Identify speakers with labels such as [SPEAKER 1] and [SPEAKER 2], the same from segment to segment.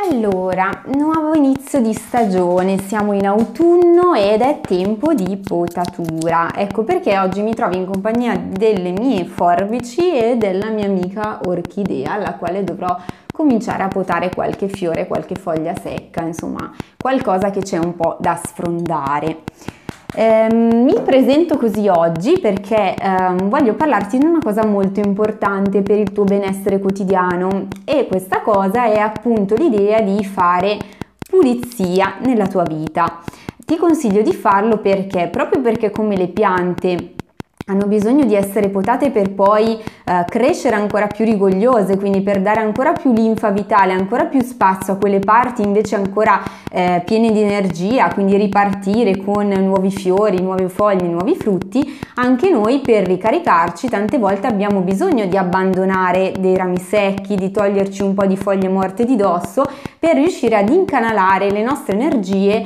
[SPEAKER 1] Allora, nuovo inizio di stagione, siamo in autunno ed è tempo di potatura. Ecco perché oggi mi trovo in compagnia delle mie forbici e della mia amica orchidea, alla quale dovrò cominciare a potare qualche fiore, qualche foglia secca, insomma, qualcosa che c'è un po' da sfrondare. Mi presento così oggi perché voglio parlarti di una cosa molto importante per il tuo benessere quotidiano e questa cosa è appunto l'idea di fare pulizia nella tua vita. Ti consiglio di farlo perché? Proprio perché come le piante hanno bisogno di essere potate per poi crescere ancora più rigogliose, quindi per dare ancora più linfa vitale, ancora più spazio a quelle parti invece ancora piene di energia, quindi ripartire con nuovi fiori, nuove foglie, nuovi frutti. Anche noi per ricaricarci tante volte abbiamo bisogno di abbandonare dei rami secchi, di toglierci un po' di foglie morte di dosso per riuscire ad incanalare le nostre energie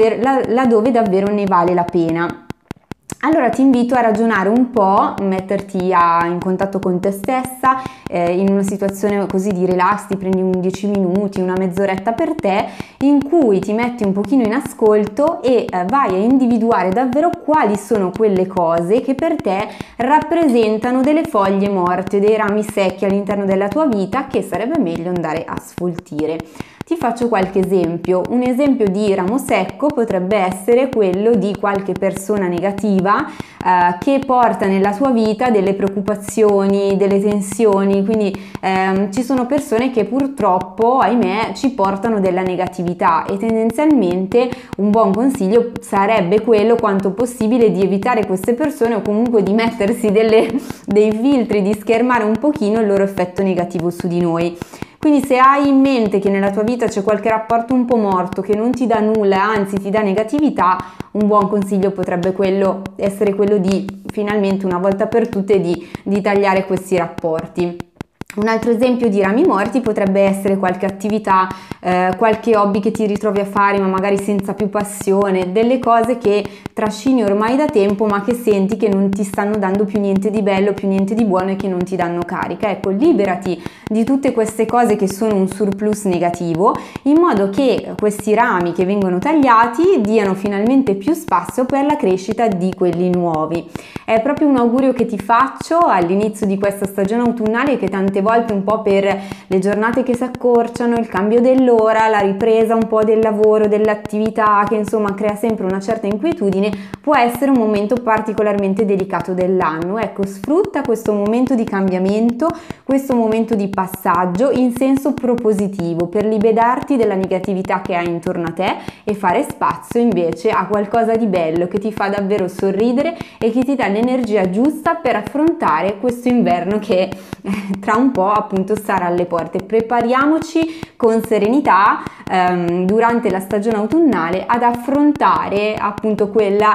[SPEAKER 1] laddove davvero ne vale la pena. Allora ti invito a ragionare un po', metterti in contatto con te stessa, in una situazione così di relax, ti prendi 10 minuti, una mezz'oretta per te, in cui ti metti un pochino in ascolto e vai a individuare davvero quali sono quelle cose che per te rappresentano delle foglie morte, dei rami secchi all'interno della tua vita che sarebbe meglio andare a sfoltire. Ti faccio qualche esempio. Un esempio di ramo secco potrebbe essere quello di qualche persona negativa che porta nella sua vita delle preoccupazioni, delle tensioni, quindi ci sono persone che purtroppo, ahimè, ci portano della negatività e tendenzialmente un buon consiglio sarebbe quello quanto possibile di evitare queste persone o comunque di mettersi dei filtri, di schermare un pochino il loro effetto negativo su di noi. Quindi se hai in mente che nella tua vita c'è qualche rapporto un po' morto, che non ti dà nulla, anzi ti dà negatività, un buon consiglio potrebbe essere quello di finalmente una volta per tutte di tagliare questi rapporti. Un altro esempio di rami morti potrebbe essere qualche attività, qualche hobby che ti ritrovi a fare ma magari senza più passione, delle cose che trascini ormai da tempo ma che senti che non ti stanno dando più niente di bello, più niente di buono e che non ti danno carica. Ecco, liberati di tutte queste cose che sono un surplus negativo, in modo che questi rami che vengono tagliati diano finalmente più spazio per la crescita di quelli nuovi. È proprio un augurio che ti faccio all'inizio di questa stagione autunnale, che tante volte un po' per le giornate che si accorciano, il cambio dell'ora, la ripresa un po' del lavoro, dell'attività, che insomma crea sempre una certa inquietudine, può essere un momento particolarmente delicato dell'anno. Ecco, sfrutta questo momento di cambiamento, questo momento di passaggio in senso propositivo per liberarti della negatività che hai intorno a te e fare spazio invece a qualcosa di bello che ti fa davvero sorridere e che ti dà l'energia giusta per affrontare questo inverno che tra un po' appunto sarà alle porte. Prepariamoci con serenità durante la stagione autunnale ad affrontare appunto quella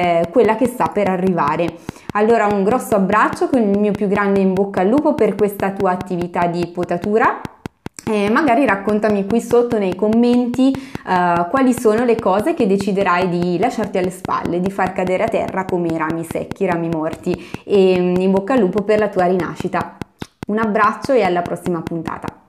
[SPEAKER 1] che sta per arrivare. Allora un grosso abbraccio con il mio più grande in bocca al lupo per questa tua attività di potatura. Magari raccontami qui sotto nei commenti quali sono le cose che deciderai di lasciarti alle spalle, di far cadere a terra come i rami secchi, i rami morti, e in bocca al lupo per la tua rinascita. Un abbraccio e alla prossima puntata.